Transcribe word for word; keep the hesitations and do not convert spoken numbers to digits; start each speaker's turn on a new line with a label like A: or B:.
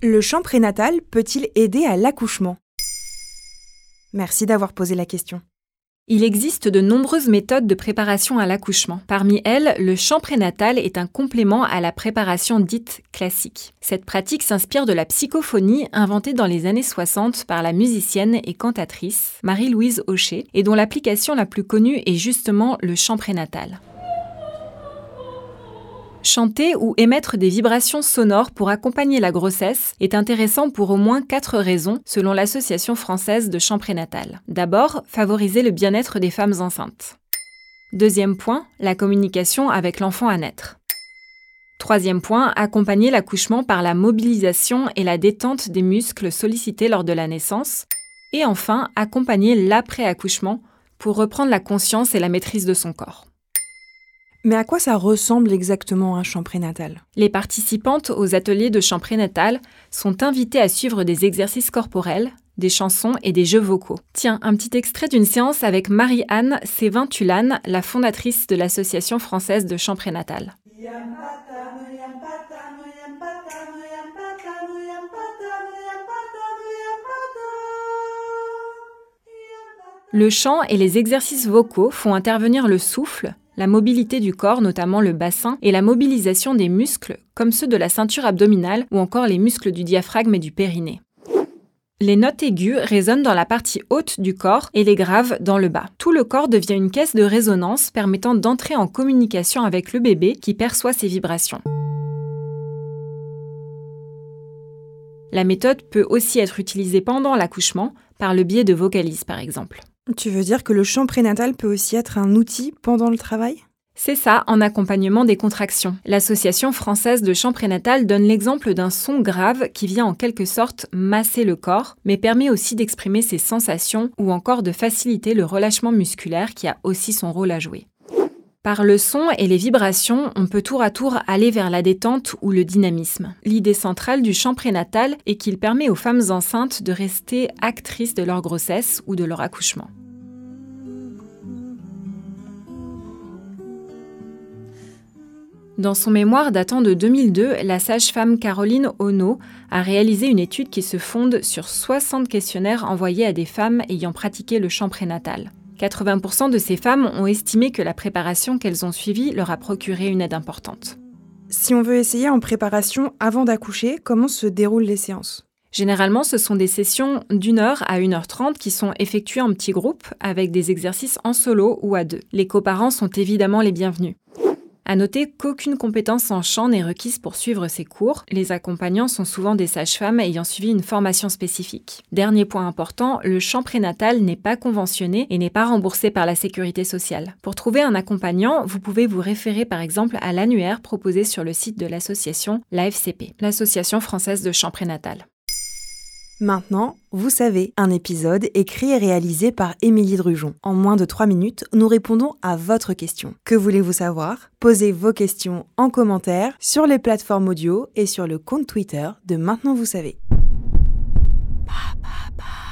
A: Le chant prénatal peut-il aider à l'accouchement ? Merci d'avoir posé la question.
B: Il existe de nombreuses méthodes de préparation à l'accouchement. Parmi elles, le chant prénatal est un complément à la préparation dite classique. Cette pratique s'inspire de la psychophonie inventée dans les années soixante par la musicienne et cantatrice Marie-Louise Hochet et dont l'application la plus connue est justement le chant prénatal. Chanter ou émettre des vibrations sonores pour accompagner la grossesse est intéressant pour au moins quatre raisons, selon l'Association française de chant prénatal. D'abord, favoriser le bien-être des femmes enceintes. Deuxième point, la communication avec l'enfant à naître. Troisième point, accompagner l'accouchement par la mobilisation et la détente des muscles sollicités lors de la naissance. Et enfin, accompagner l'après-accouchement pour reprendre la conscience et la maîtrise de son corps.
A: Mais à quoi ça ressemble exactement un chant prénatal ?
B: Les participantes aux ateliers de chant prénatal sont invitées à suivre des exercices corporels, des chansons et des jeux vocaux. Tiens, un petit extrait d'une séance avec Marie-Anne Sévin-Tulane, la fondatrice de l'Association française de chant prénatal. Le chant et les exercices vocaux font intervenir le souffle, la mobilité du corps, notamment le bassin, et la mobilisation des muscles, comme ceux de la ceinture abdominale ou encore les muscles du diaphragme et du périnée. Les notes aiguës résonnent dans la partie haute du corps et les graves dans le bas. Tout le corps devient une caisse de résonance permettant d'entrer en communication avec le bébé qui perçoit ces vibrations. La méthode peut aussi être utilisée pendant l'accouchement, par le biais de vocalises par exemple.
A: Tu veux dire que le chant prénatal peut aussi être un outil pendant le travail ?
B: C'est ça, en accompagnement des contractions. L'Association française de chant prénatal donne l'exemple d'un son grave qui vient en quelque sorte masser le corps, mais permet aussi d'exprimer ses sensations ou encore de faciliter le relâchement musculaire qui a aussi son rôle à jouer. Par le son et les vibrations, on peut tour à tour aller vers la détente ou le dynamisme. L'idée centrale du chant prénatal est qu'il permet aux femmes enceintes de rester actrices de leur grossesse ou de leur accouchement. Dans son mémoire datant de deux mille deux, la sage-femme Caroline Ono a réalisé une étude qui se fonde sur soixante questionnaires envoyés à des femmes ayant pratiqué le chant prénatal. quatre-vingts pour cent de ces femmes ont estimé que la préparation qu'elles ont suivie leur a procuré une aide importante.
A: Si on veut essayer en préparation avant d'accoucher, comment se déroulent les séances ?
B: Généralement, ce sont des sessions d'une heure à une heure trente qui sont effectuées en petits groupes avec des exercices en solo ou à deux. Les coparents sont évidemment les bienvenus. À noter qu'aucune compétence en chant n'est requise pour suivre ces cours. Les accompagnants sont souvent des sages-femmes ayant suivi une formation spécifique. Dernier point important, le chant prénatal n'est pas conventionné et n'est pas remboursé par la sécurité sociale. Pour trouver un accompagnant, vous pouvez vous référer par exemple à l'annuaire proposé sur le site de l'association, l'A F C P, l'Association française de chant prénatal.
A: Maintenant, vous savez, un épisode écrit et réalisé par Émilie Drujon. En moins de trois minutes, nous répondons à votre question. Que voulez-vous savoir ? Posez vos questions en commentaire sur les plateformes audio et sur le compte Twitter de Maintenant vous savez. Ba, ba, ba.